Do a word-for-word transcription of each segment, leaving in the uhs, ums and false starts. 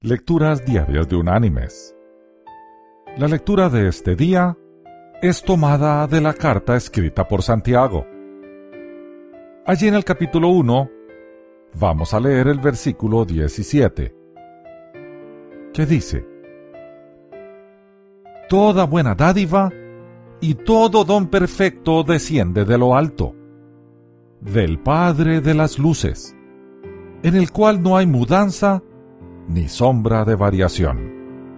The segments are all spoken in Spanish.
Lecturas diarias de Unánimes. La lectura de este día es tomada de la carta escrita por Santiago. Allí en el capítulo uno vamos a leer el versículo diecisiete, que dice: Toda buena dádiva y todo don perfecto desciende de lo alto, del Padre de las luces, en el cual no hay mudanza ni sombra de variación.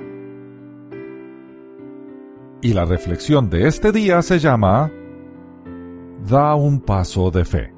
Y la reflexión de este día se llama Da un paso de fe.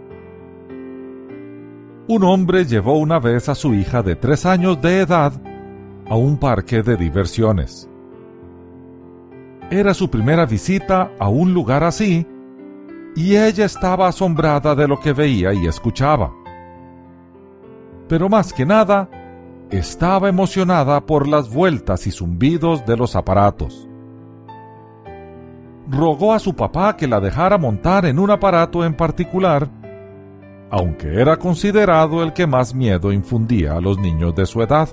Un hombre llevó una vez a su hija de tres años de edad a un parque de diversiones. Era su primera visita a un lugar así, y ella estaba asombrada de lo que veía y escuchaba. Pero más que nada, estaba emocionada por las vueltas y zumbidos de los aparatos. Rogó a su papá que la dejara montar en un aparato en particular, aunque era considerado el que más miedo infundía a los niños de su edad.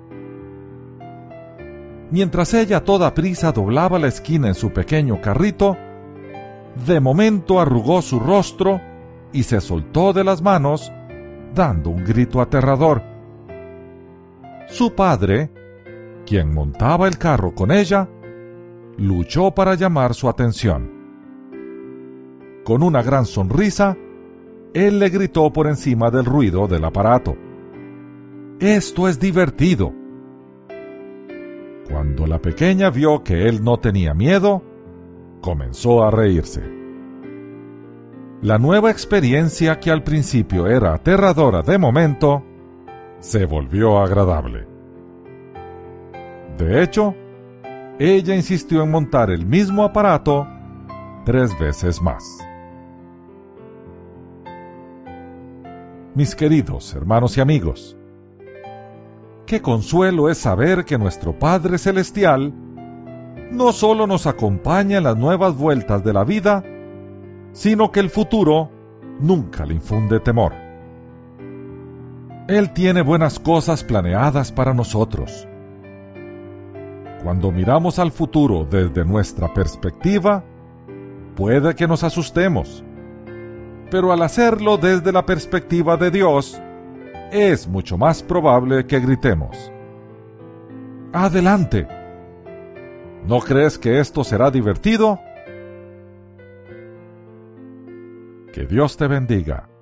Mientras ella a toda prisa doblaba la esquina en su pequeño carrito, de momento arrugó su rostro y se soltó de las manos, dando un grito aterrador. Su padre, quien montaba el carro con ella, luchó para llamar su atención. Con una gran sonrisa, él le gritó por encima del ruido del aparato: «¡Esto es divertido!». Cuando la pequeña vio que él no tenía miedo, comenzó a reírse. La nueva experiencia, que al principio era aterradora de momento, se volvió agradable. De hecho, ella insistió en montar el mismo aparato tres veces más. Mis queridos hermanos y amigos, qué consuelo es saber que nuestro Padre Celestial no solo nos acompaña en las nuevas vueltas de la vida, sino que el futuro nunca le infunde temor. Él tiene buenas cosas planeadas para nosotros. Cuando miramos al futuro desde nuestra perspectiva, puede que nos asustemos, pero al hacerlo desde la perspectiva de Dios, es mucho más probable que gritemos: ¡Adelante! ¿No crees que esto será divertido? Que Dios te bendiga.